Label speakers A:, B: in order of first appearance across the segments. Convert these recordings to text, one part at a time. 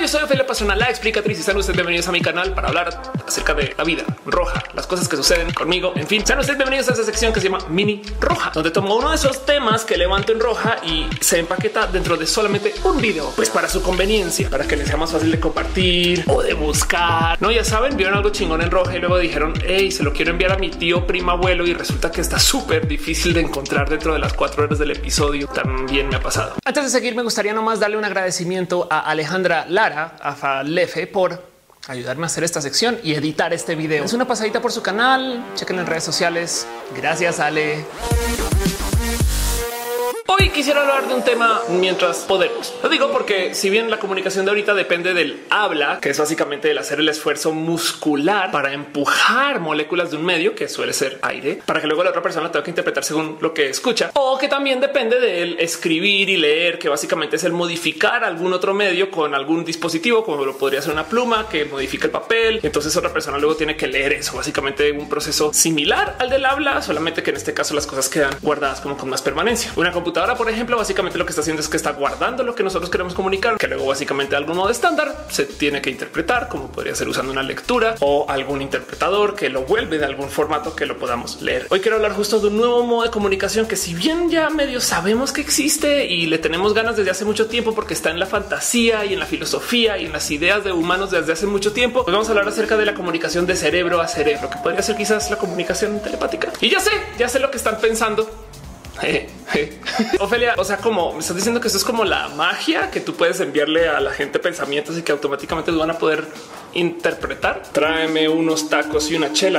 A: yo soy Ofelia Pastrana, la explicatriz, y sean ustedes bienvenidos a mi canal para hablar acerca de la vida roja, las cosas que suceden conmigo. En fin, sean ustedes bienvenidos a esta sección que se llama Mini Roja, donde tomo uno de esos temas que levanto en roja y se empaqueta dentro de solamente un video, pues para su conveniencia, para que les sea más fácil de compartir o de buscar. No, ya saben, vieron algo chingón en roja y luego dijeron, hey, se lo quiero enviar a mi tío, primo, abuelo, y resulta que está súper difícil de encontrar dentro de las 4 horas del episodio. También me ha pasado. Antes de seguir, me gustaría nomás darle un agradecimiento a Alejandra Lara, a Falefe, por ayudarme a hacer esta sección y editar este video. Es una pasadita por su canal. Chequen en redes sociales. Gracias, Ale. Hoy quisiera hablar de un tema mientras podemos. Lo digo porque si bien la comunicación de ahorita depende del habla, que es básicamente el hacer el esfuerzo muscular para empujar moléculas de un medio que suele ser aire, para que luego la otra persona tenga que interpretar según lo que escucha, o que también depende del escribir y leer, que básicamente es el modificar algún otro medio con algún dispositivo, como lo podría ser una pluma que modifica el papel. Entonces otra persona luego tiene que leer eso, básicamente un proceso similar al del habla, solamente que en este caso las cosas quedan guardadas como con más permanencia. Una computadora, por ejemplo, básicamente lo que está haciendo es que está guardando lo que nosotros queremos comunicar, que luego básicamente algún modo estándar se tiene que interpretar, como podría ser usando una lectura o algún interpretador que lo vuelve de algún formato que lo podamos leer. Hoy quiero hablar justo de un nuevo modo de comunicación que, si bien ya medio sabemos que existe y le tenemos ganas desde hace mucho tiempo porque está en la fantasía y en la filosofía y en las ideas de humanos desde hace mucho tiempo, pues vamos a hablar acerca de la comunicación de cerebro a cerebro, que podría ser quizás la comunicación telepática. Y ya sé lo que están pensando. Ofelia, o sea, como me estás diciendo que eso es como la magia que tú puedes enviarle a la gente pensamientos y que automáticamente van a poder interpretar. Tráeme unos tacos y una chela,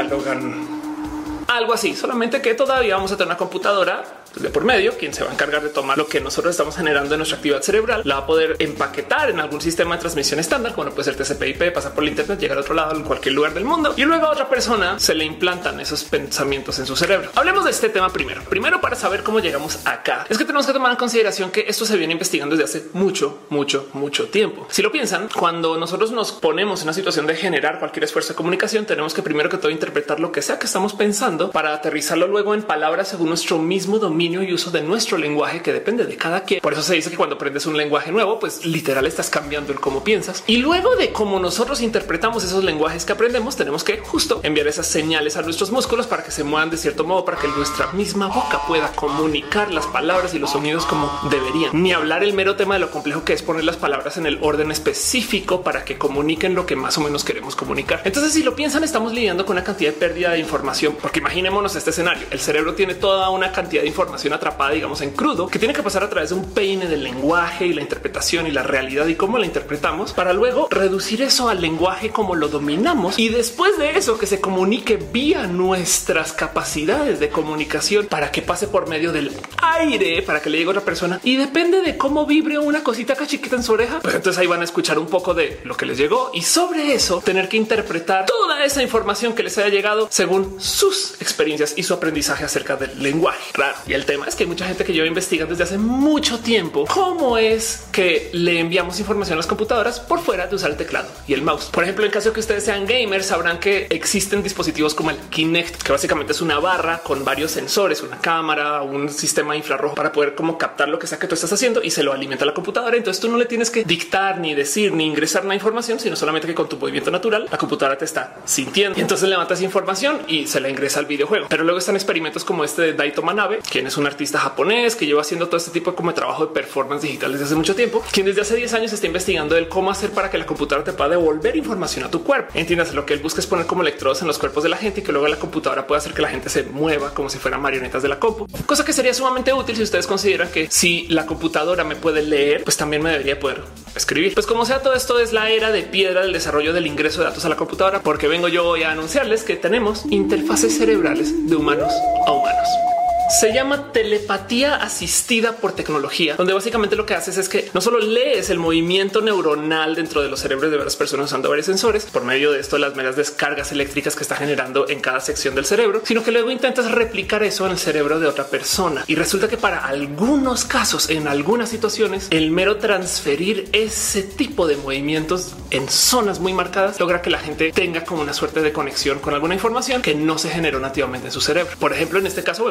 A: Logan. Algo así, solamente que todavía vamos a tener una computadora de por medio, quien se va a encargar de tomar lo que nosotros estamos generando en nuestra actividad cerebral, la va a poder empaquetar en algún sistema de transmisión estándar, como puede ser TCP/IP, pasar por el internet, llegar a otro lado en cualquier lugar del mundo, y luego a otra persona se le implantan esos pensamientos en su cerebro. Hablemos de este tema primero para saber cómo llegamos acá. Es que tenemos que tomar en consideración que esto se viene investigando desde hace mucho tiempo. Si lo piensan, cuando nosotros nos ponemos en una situación de generar cualquier esfuerzo de comunicación, tenemos que primero que todo interpretar lo que sea que estamos pensando para aterrizarlo luego en palabras según nuestro mismo dominio y uso de nuestro lenguaje, que depende de cada quien. Por eso se dice que cuando aprendes un lenguaje nuevo, pues literal estás cambiando el cómo piensas. Y luego de cómo nosotros interpretamos esos lenguajes que aprendemos, tenemos que justo enviar esas señales a nuestros músculos para que se muevan de cierto modo, para que nuestra misma boca pueda comunicar las palabras y los sonidos como deberían. Ni hablar el mero tema de lo complejo que es poner las palabras en el orden específico para que comuniquen lo que más o menos queremos comunicar. Entonces, si lo piensan, estamos lidiando con una cantidad de pérdida de información, porque imaginémonos este escenario. El cerebro tiene toda una cantidad de información atrapada, digamos, en crudo, que tiene que pasar a través de un peine del lenguaje y la interpretación y la realidad y cómo la interpretamos, para luego reducir eso al lenguaje como lo dominamos, y después de eso que se comunique vía nuestras capacidades de comunicación para que pase por medio del aire, para que le llegue a otra persona, y depende de cómo vibre una cosita acá chiquita en su oreja, pues entonces ahí van a escuchar un poco de lo que les llegó, y sobre eso tener que interpretar toda esa información que les haya llegado según sus experiencias y su aprendizaje acerca del lenguaje. Claro. Y el tema es que hay mucha gente que lleva investigando desde hace mucho tiempo cómo es que le enviamos información a las computadoras por fuera de usar el teclado y el mouse. Por ejemplo, en caso que ustedes sean gamers, sabrán que existen dispositivos como el Kinect, que básicamente es una barra con varios sensores, una cámara, un sistema infrarrojo para poder como captar lo que sea que tú estás haciendo y se lo alimenta a la computadora. Entonces tú no le tienes que dictar ni decir ni ingresar la información, sino solamente que con tu movimiento natural la computadora te está sintiendo. Y entonces levantas información y se la ingresa al videojuego. Pero luego están experimentos como este de Daito Manabe, quien es un artista japonés que lleva haciendo todo este tipo de como trabajo de performance digital desde hace mucho tiempo, quien desde hace 10 años está investigando el cómo hacer para que la computadora te pueda devolver información a tu cuerpo. Entiendas, lo que él busca es poner como electrodos en los cuerpos de la gente y que luego la computadora pueda hacer que la gente se mueva como si fueran marionetas de la compu, cosa que sería sumamente útil si ustedes consideran que si la computadora me puede leer, pues también me debería poder escribir. Pues como sea, todo esto es la era de piedra del desarrollo del ingreso de datos a la computadora, porque vengo yo hoy a anunciarles que tenemos interfaces cerebrales de humanos a humanos. Se llama telepatía asistida por tecnología, donde básicamente lo que haces es que no solo lees el movimiento neuronal dentro de los cerebros de varias personas usando varios sensores por medio de esto, las meras descargas eléctricas que está generando en cada sección del cerebro, sino que luego intentas replicar eso en el cerebro de otra persona. Y resulta que para algunos casos, en algunas situaciones, el mero transferir ese tipo de movimientos en zonas muy marcadas logra que la gente tenga como una suerte de conexión con alguna información que no se generó nativamente en su cerebro. Por ejemplo, en este caso vemos un experimento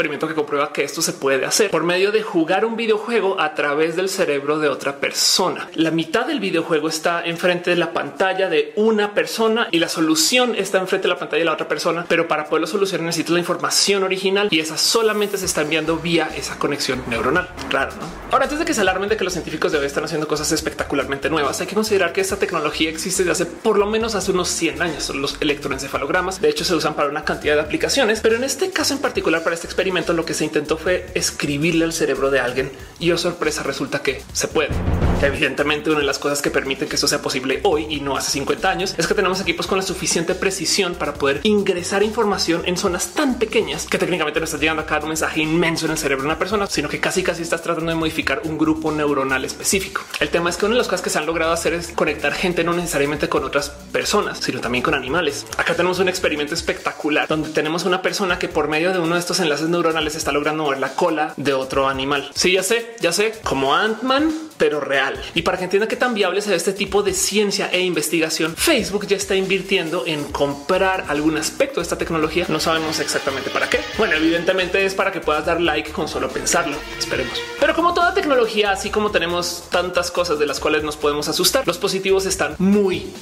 A: experimento que comprueba que esto se puede hacer por medio de jugar un videojuego a través del cerebro de otra persona. La mitad del videojuego está enfrente de la pantalla de una persona y la solución está enfrente de la pantalla de la otra persona, pero para poderlo solucionar necesitas la información original y esa solamente se está enviando vía esa conexión neuronal. Claro, ¿no? Ahora, antes de que se alarmen de que los científicos de hoy están haciendo cosas espectacularmente nuevas, hay que considerar que esta tecnología existe desde hace por lo menos hace unos 100 años. Son los electroencefalogramas. De hecho, se usan para una cantidad de aplicaciones, pero en este caso en particular, para este experimento, lo que se intentó fue escribirle al cerebro de alguien y, oh sorpresa, resulta que se puede. Evidentemente, una de las cosas que permiten que esto sea posible hoy y no hace 50 años es que tenemos equipos con la suficiente precisión para poder ingresar información en zonas tan pequeñas que técnicamente no estás llegando a cada un mensaje inmenso en el cerebro de una persona, sino que casi estás tratando de modificar un grupo neuronal específico. El tema es que una de las cosas que se han logrado hacer es conectar gente no necesariamente con otras personas, sino también con animales. Acá tenemos un experimento espectacular donde tenemos una persona que por medio de uno de estos enlaces neuronales está logrando mover la cola de otro animal. Sí, ya sé, como Ant-Man, pero real. Y para que entiendan qué tan viable sea este tipo de ciencia e investigación, Facebook ya está invirtiendo en comprar algún aspecto de esta tecnología. No sabemos exactamente para qué. Bueno, evidentemente es para que puedas dar like con solo pensarlo. Esperemos. Pero como toda tecnología, así como tenemos tantas cosas de las cuales nos podemos asustar, los positivos están muy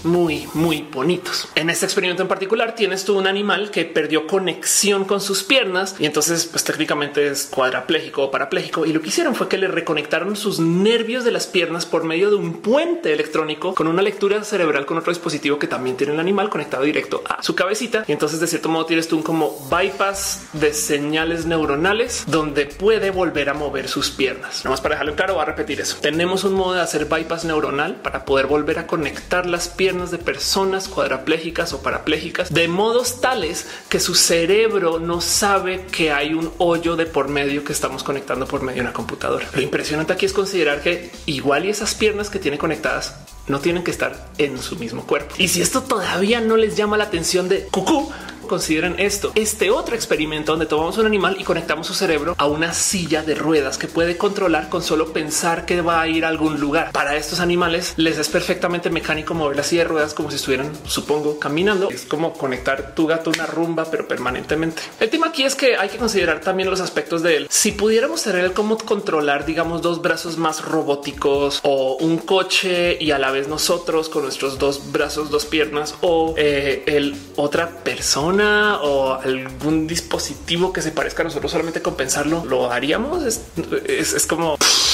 A: bonitos. En este experimento en particular tienes tú un animal que perdió conexión con sus piernas y entonces pues técnicamente es cuadrapléjico o parapléjico, y lo que hicieron fue que le reconectaron sus nervios de las piernas por medio de un puente electrónico con una lectura cerebral con otro dispositivo que también tiene el animal conectado directo a su cabecita, y entonces de cierto modo tienes tú un como bypass de señales neuronales donde puede volver a mover sus piernas. Nada más para dejarlo claro, voy a repetir eso. Tenemos un modo de hacer bypass neuronal para poder volver a conectar las piernas de personas cuadraplégicas o parapléjicas de modos tales que su cerebro no sabe que hay un hoyo de por medio que estamos conectando por medio de una computadora. Lo impresionante aquí es considerar que igual y esas piernas que tiene conectadas no tienen que estar en su mismo cuerpo. Y si esto todavía no les llama la atención de cucú, consideren esto. Este otro experimento donde tomamos un animal y conectamos su cerebro a una silla de ruedas que puede controlar con solo pensar que va a ir a algún lugar. Para estos animales les es perfectamente mecánico mover la silla de ruedas como si estuvieran, supongo, caminando. Es como conectar tu gato a una rumba, pero permanentemente. El tema aquí es que hay que considerar también los aspectos de él. Si pudiéramos tener cómo controlar, digamos, dos brazos más robóticos o un coche y a la vez nosotros con nuestros dos brazos, dos piernas, o otra persona o algún dispositivo que se parezca a nosotros solamente con pensarlo, lo haríamos. Es como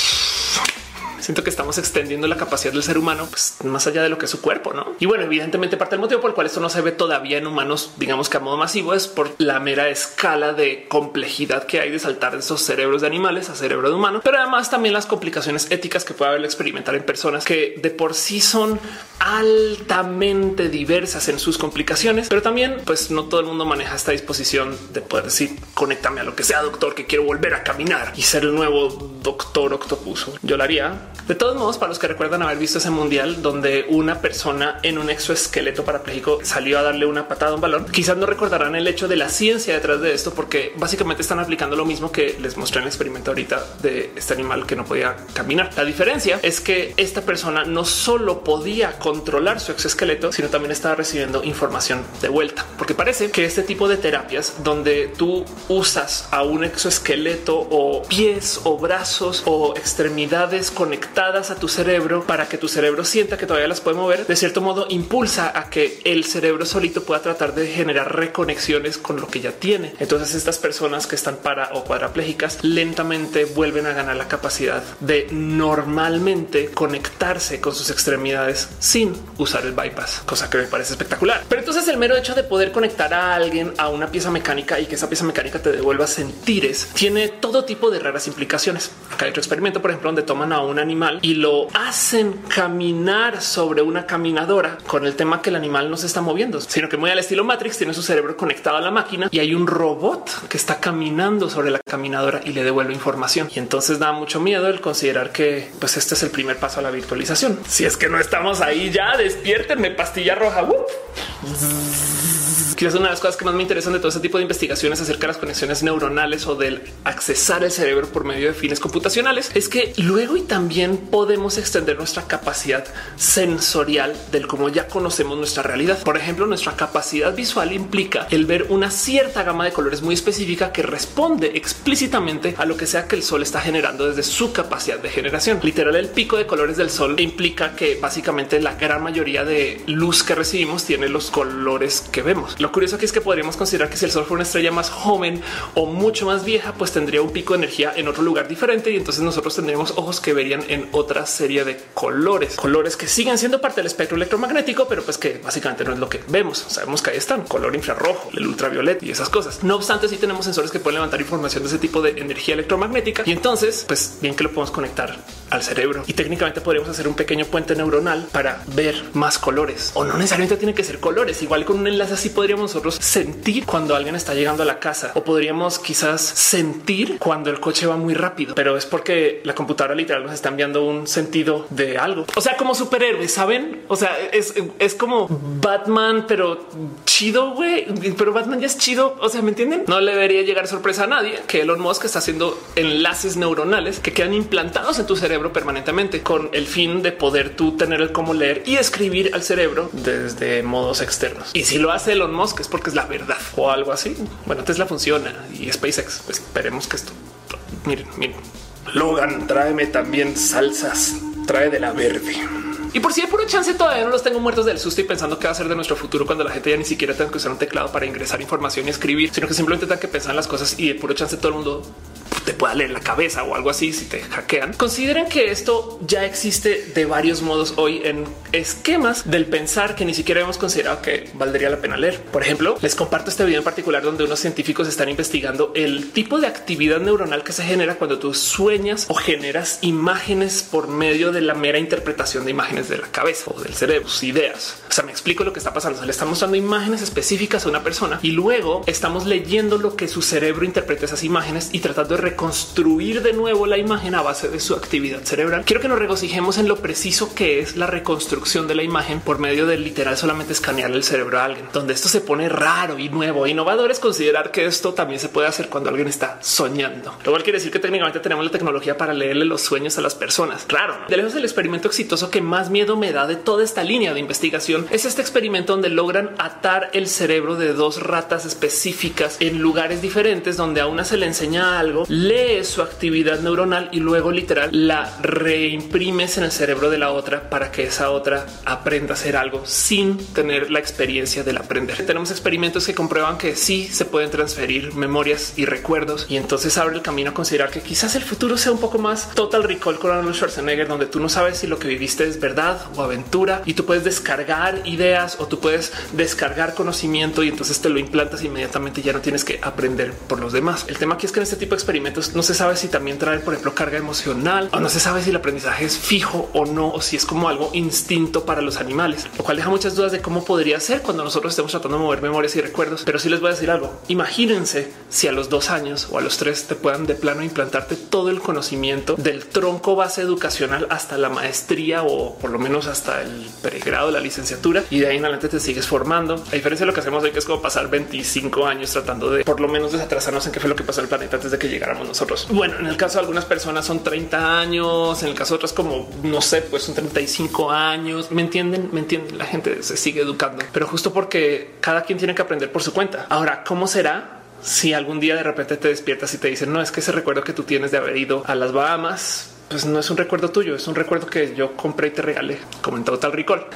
A: siento que estamos extendiendo la capacidad del ser humano pues, más allá de lo que es su cuerpo, ¿no? Y bueno, evidentemente parte del motivo por el cual esto no se ve todavía en humanos, digamos que a modo masivo, es por la mera escala de complejidad que hay de saltar de esos cerebros de animales a cerebro de humano, pero además también las complicaciones éticas que puede haber al experimentar en personas que de por sí son altamente diversas en sus complicaciones, pero también pues no todo el mundo maneja esta disposición de poder decir conéctame a lo que sea, doctor, que quiero volver a caminar y ser el nuevo doctor octopuso. Yo lo haría. De todos modos, para los que recuerdan haber visto ese mundial donde una persona en un exoesqueleto parapléjico salió a darle una patada a un balón, quizás no recordarán el hecho de la ciencia detrás de esto, porque básicamente están aplicando lo mismo que les mostré en el experimento ahorita de este animal que no podía caminar. La diferencia es que esta persona no solo podía controlar su exoesqueleto, sino también estaba recibiendo información de vuelta, porque parece que este tipo de terapias donde tú usas a un exoesqueleto o pies o brazos o extremidades conectadas a tu cerebro para que tu cerebro sienta que todavía las puede mover, de cierto modo impulsa a que el cerebro solito pueda tratar de generar reconexiones con lo que ya tiene. Entonces estas personas que están para o cuadraplégicas lentamente vuelven a ganar la capacidad de normalmente conectarse con sus extremidades sin usar el bypass, cosa que me parece espectacular. Pero entonces el mero hecho de poder conectar a alguien a una pieza mecánica y que esa pieza mecánica te devuelva sentires tiene todo tipo de raras implicaciones. Acá hay otro experimento, por ejemplo, donde toman a un animal y lo hacen caminar sobre una caminadora con el tema que el animal no se está moviendo, sino que muy al estilo Matrix, tiene su cerebro conectado a la máquina y hay un robot que está caminando sobre la caminadora y le devuelve información. Y entonces da mucho miedo el considerar que pues este es el primer paso a la virtualización. Si es que no estamos ahí ya, despiértenme, pastilla roja. Quizás una de las cosas que más me interesan de todo este tipo de investigaciones acerca de las conexiones neuronales o del accesar el cerebro por medio de fines computacionales es que luego y también podemos extender nuestra capacidad sensorial del cómo ya conocemos nuestra realidad. Por ejemplo, nuestra capacidad visual implica el ver una cierta gama de colores muy específica que responde explícitamente a lo que sea que el sol está generando desde su capacidad de generación. Literal, el pico de colores del sol implica que básicamente la gran mayoría de luz que recibimos tiene los colores que vemos. Lo curioso aquí es que podríamos considerar que si el sol fuera una estrella más joven o mucho más vieja, pues tendría un pico de energía en otro lugar diferente y entonces nosotros tendríamos ojos que verían en otra serie de colores que siguen siendo parte del espectro electromagnético, pero pues que básicamente no es lo que vemos. Sabemos que ahí están color infrarrojo, el ultravioleta y esas cosas. No obstante, sí tenemos sensores que pueden levantar información de ese tipo de energía electromagnética y entonces pues bien que lo podemos conectar al cerebro y técnicamente podríamos hacer un pequeño puente neuronal para ver más colores, o no necesariamente tiene que ser colores. Igual con un enlace así podríamos nosotros sentir cuando alguien está llegando a la casa, o podríamos quizás sentir cuando el coche va muy rápido, pero es porque la computadora literal nos está enviando un sentido de algo. O sea, como superhéroes, ¿saben? O sea, es como Batman, pero chido, güey. Pero Batman ya es chido. O sea, ¿me entienden? No le debería llegar sorpresa a nadie que Elon Musk está haciendo enlaces neuronales que quedan implantados en tu cerebro permanentemente con el fin de poder tú tener el cómo leer y escribir al cerebro desde modos externos. Y si lo hace Elon Musk es porque es la verdad o algo así. Bueno, Tesla funciona y SpaceX. Pues esperemos que esto. Miren. Logan, tráeme también salsas. Trae de la verde. Y por si hay pura chance, todavía no los tengo muertos del susto y pensando qué va a ser de nuestro futuro cuando la gente ya ni siquiera tenga que usar un teclado para ingresar información y escribir, sino que simplemente tengan que pensar en las cosas y de puro chance todo el mundo te pueda leer la cabeza o algo así si te hackean. Consideren que esto ya existe de varios modos hoy en esquemas del pensar que ni siquiera hemos considerado que valdría la pena leer. Por ejemplo, les comparto este video en particular donde unos científicos están investigando el tipo de actividad neuronal que se genera cuando tú sueñas o generas imágenes por medio de la mera interpretación de imágenes de la cabeza o del cerebro, sus ideas. O sea, me explico lo que está pasando. Se le está mostrando imágenes específicas a una persona y luego estamos leyendo lo que su cerebro interpreta esas imágenes y tratando de reconstruir de nuevo la imagen a base de su actividad cerebral. Quiero que nos regocijemos en lo preciso que es la reconstrucción de la imagen por medio de literal solamente escanear el cerebro a alguien. Donde esto se pone raro y nuevo e innovador es considerar que esto también se puede hacer cuando alguien está soñando. Lo cual quiere decir que técnicamente tenemos la tecnología para leerle los sueños a las personas. Claro, de lejos el experimento exitoso que más miedo me da de toda esta línea de investigación es este experimento donde logran atar el cerebro de dos ratas específicas en lugares diferentes, donde a una se le enseña algo, lee su actividad neuronal y luego literal la reimprimes en el cerebro de la otra para que esa otra aprenda a hacer algo sin tener la experiencia del aprender. Tenemos experimentos que comprueban que sí se pueden transferir memorias y recuerdos, y entonces abre el camino a considerar que quizás el futuro sea un poco más Total Recall con Arnold Schwarzenegger, donde tú no sabes si lo que viviste es verdad o aventura y tú puedes descargar ideas o tú puedes descargar conocimiento y entonces te lo implantas inmediatamente y ya no tienes que aprender por los demás. El tema aquí es que en este tipo de experimentos no se sabe si también traen, por ejemplo, carga emocional, o no se sabe si el aprendizaje es fijo o no, o si es como algo instinto para los animales, lo cual deja muchas dudas de cómo podría ser cuando nosotros estemos tratando de mover memorias y recuerdos. Pero sí les voy a decir algo. Imagínense si a los 2 años o a los 3 te puedan de plano implantarte todo el conocimiento del tronco base educacional hasta la maestría o por lo menos hasta el pregrado, la licenciatura, y de ahí en adelante te sigues formando. A diferencia de lo que hacemos hoy, que es como pasar 25 años tratando de por lo menos desatrasarnos en qué fue lo que pasó en el planeta antes de que llegáramos nosotros. Bueno, en el caso de algunas personas son 30 años, en el caso de otras como no sé, pues son 35 años. ¿Me entienden? La gente se sigue educando, pero justo porque cada quien tiene que aprender por su cuenta. Ahora, ¿cómo será si algún día de repente te despiertas y te dicen no, es que ese recuerdo que tú tienes de haber ido a las Bahamas, pues no es un recuerdo tuyo, es un recuerdo que yo compré y te regalé, como en Total Recall?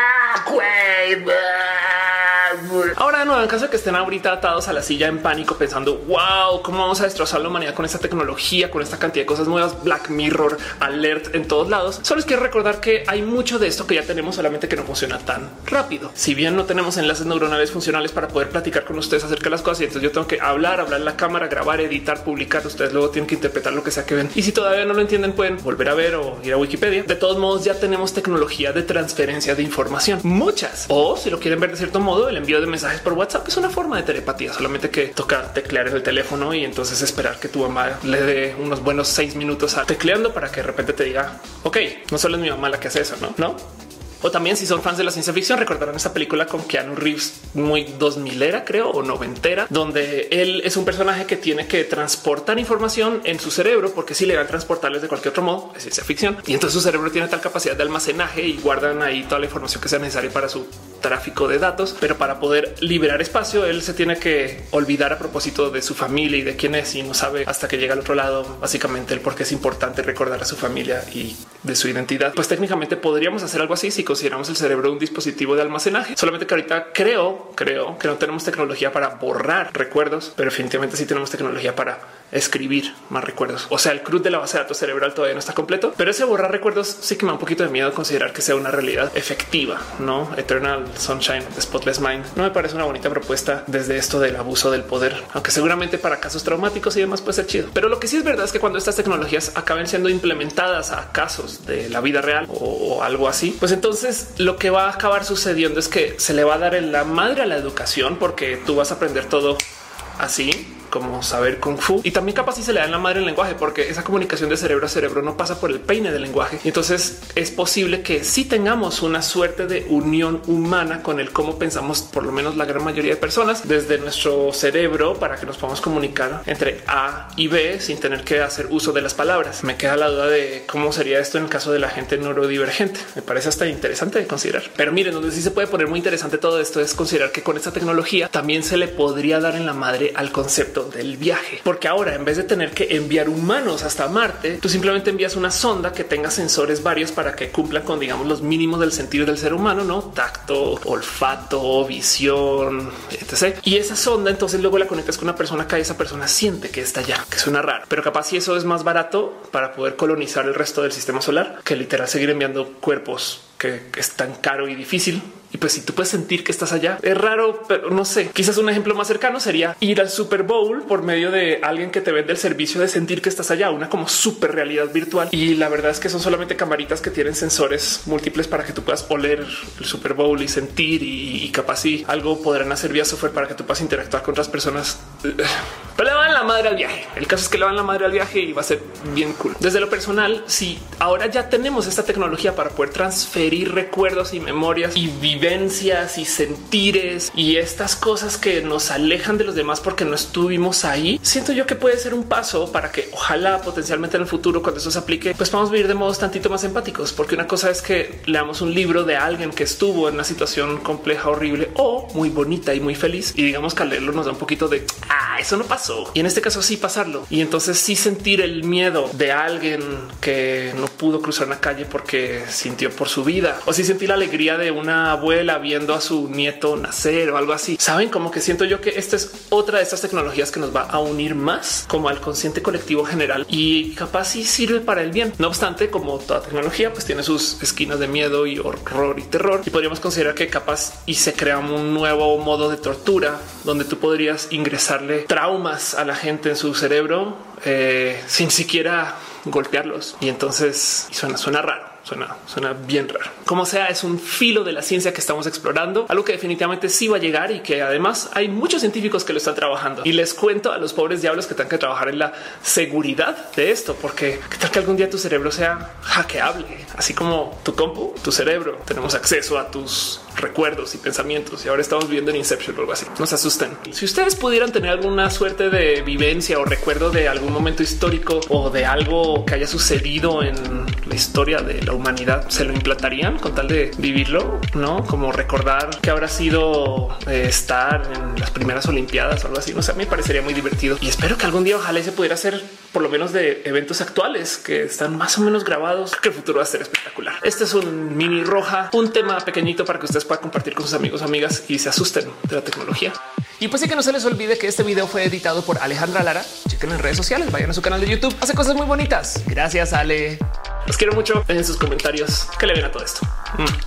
A: Ahora no, en caso de que estén ahorita atados a la silla en pánico pensando wow, cómo vamos a destrozar la humanidad con esta tecnología, con esta cantidad de cosas nuevas, Black Mirror, alert en todos lados, solo les quiero recordar que hay mucho de esto que ya tenemos, solamente que no funciona tan rápido. Si bien no tenemos enlaces neuronales funcionales para poder platicar con ustedes acerca de las cosas, y entonces yo tengo que hablar en la cámara, grabar, editar, publicar, ustedes luego tienen que interpretar lo que sea que ven, y si todavía no lo entienden pueden volver a ver o ir a Wikipedia. De todos modos ya tenemos tecnología de transferencia de información, muchas, o si lo quieren ver de cierto modo, el envío de mensajes por WhatsApp es una forma de telepatía, solamente que toca teclear en el teléfono y entonces esperar que tu mamá le dé unos buenos 6 minutos a tecleando para que de repente te diga ok, no solo es mi mamá la que hace eso, no. O también si son fans de la ciencia ficción, recordarán esta película con Keanu Reeves muy 2000 era, creo, o noventera, donde él es un personaje que tiene que transportar información en su cerebro porque es ilegal transportarles de cualquier otro modo, es ciencia ficción. Y entonces su cerebro tiene tal capacidad de almacenaje y guardan ahí toda la información que sea necesaria para su tráfico de datos. Pero para poder liberar espacio, él se tiene que olvidar a propósito de su familia y de quién es, y no sabe hasta que llega al otro lado, básicamente el por qué es importante recordar a su familia y de su identidad. Pues técnicamente podríamos hacer algo así si consideramos el cerebro un dispositivo de almacenaje, solamente que ahorita creo que no tenemos tecnología para borrar recuerdos, pero definitivamente sí tenemos tecnología para escribir más recuerdos. O sea, el CRUD de la base de datos cerebral todavía no está completo, pero ese borrar recuerdos sí que me da un poquito de miedo considerar que sea una realidad efectiva, ¿no? Eternal Sunshine de Spotless Mind no me parece una bonita propuesta desde esto del abuso del poder, aunque seguramente para casos traumáticos y demás puede ser chido. Pero lo que sí es verdad es que cuando estas tecnologías acaben siendo implementadas a casos de la vida real o algo así, pues entonces lo que va a acabar sucediendo es que se le va a dar en la madre a la educación, porque tú vas a aprender todo así como saber kung fu, y también capaz si se le da en la madre el lenguaje, porque esa comunicación de cerebro a cerebro no pasa por el peine del lenguaje. Y entonces es posible que sí tengamos una suerte de unión humana con el cómo pensamos, por lo menos la gran mayoría de personas, desde nuestro cerebro, para que nos podamos comunicar entre A y B sin tener que hacer uso de las palabras. Me queda la duda de cómo sería esto en el caso de la gente neurodivergente. Me parece hasta interesante de considerar. Pero miren, donde sí se puede poner muy interesante todo esto es considerar que con esta tecnología también se le podría dar en la madre al concepto del viaje, porque ahora en vez de tener que enviar humanos hasta Marte, tú simplemente envías una sonda que tenga sensores varios para que cumplan con, digamos, los mínimos del sentido del ser humano, no tacto, olfato, visión, etc. Y esa sonda entonces luego la conectas con una persona acá y esa persona siente que está allá, que suena raro, pero capaz si eso es más barato para poder colonizar el resto del sistema solar que literal seguir enviando cuerpos, que es tan caro y difícil. Y pues si tú puedes sentir que estás allá, es raro, pero no sé, quizás un ejemplo más cercano sería ir al Super Bowl por medio de alguien que te vende el servicio de sentir que estás allá, una como super realidad virtual. Y la verdad es que son solamente camaritas que tienen sensores múltiples para que tú puedas oler el Super Bowl y sentir, y capaz si algo podrán hacer vía software para que tú puedas interactuar con otras personas. Pero le van la madre al viaje. El caso es que le van la madre al viaje y va a ser bien cool. Desde lo personal, si ahora ya tenemos esta tecnología para poder transferir recuerdos y memorias y vivencias y sentires y estas cosas que nos alejan de los demás porque no estuvimos ahí, siento yo que puede ser un paso para que ojalá potencialmente en el futuro, cuando eso se aplique, pues vamos a vivir de modos tantito más empáticos, porque una cosa es que leamos un libro de alguien que estuvo en una situación compleja, horrible o muy bonita y muy feliz, y digamos que al leerlo nos da un poquito de eso no pasó, y en este caso sí pasarlo, y entonces sí sentir el miedo de alguien que no pudo cruzar una calle porque sintió por su vida, o si sentí la alegría de una abuela viendo a su nieto nacer o algo así. Saben, como que siento yo que esta es otra de estas tecnologías que nos va a unir más como al consciente colectivo general, y capaz sí sirve para el bien. No obstante, como toda tecnología, pues tiene sus esquinas de miedo y horror y terror, y podríamos considerar que capaz y se crea un nuevo modo de tortura donde tú podrías ingresarle traumas a la gente en su cerebro sin siquiera golpearlos, y entonces suena raro. Suena bien raro. Como sea, es un filo de la ciencia que estamos explorando, algo que definitivamente sí va a llegar y que además hay muchos científicos que lo están trabajando. Y les cuento a los pobres diablos que tengan que trabajar en la seguridad de esto, porque qué tal que algún día tu cerebro sea hackeable, así como tu compu, tu cerebro. Tenemos acceso a tus recuerdos y pensamientos, y ahora estamos viviendo en Inception o algo así. No se asusten. Si ustedes pudieran tener alguna suerte de vivencia o recuerdo de algún momento histórico o de algo que haya sucedido en la historia de la humanidad, ¿se lo implantarían con tal de vivirlo? No, como recordar que habrá sido estar en las primeras Olimpiadas o algo así. No sé, me parecería muy divertido, y espero que algún día ojalá se pudiera hacer por lo menos de eventos actuales que están más o menos grabados. Creo que el futuro va a ser espectacular. Este es un mini roja, un tema pequeñito para que ustedes puedan compartir con sus amigos o amigas y se asusten de la tecnología. Y pues sí, que no se les olvide que este video fue editado por Alejandra Lara. Chequen en redes sociales, vayan a su canal de YouTube, hace cosas muy bonitas. Gracias, Ale. Los quiero mucho. Dejen sus comentarios. ¿Qué le ven a todo esto?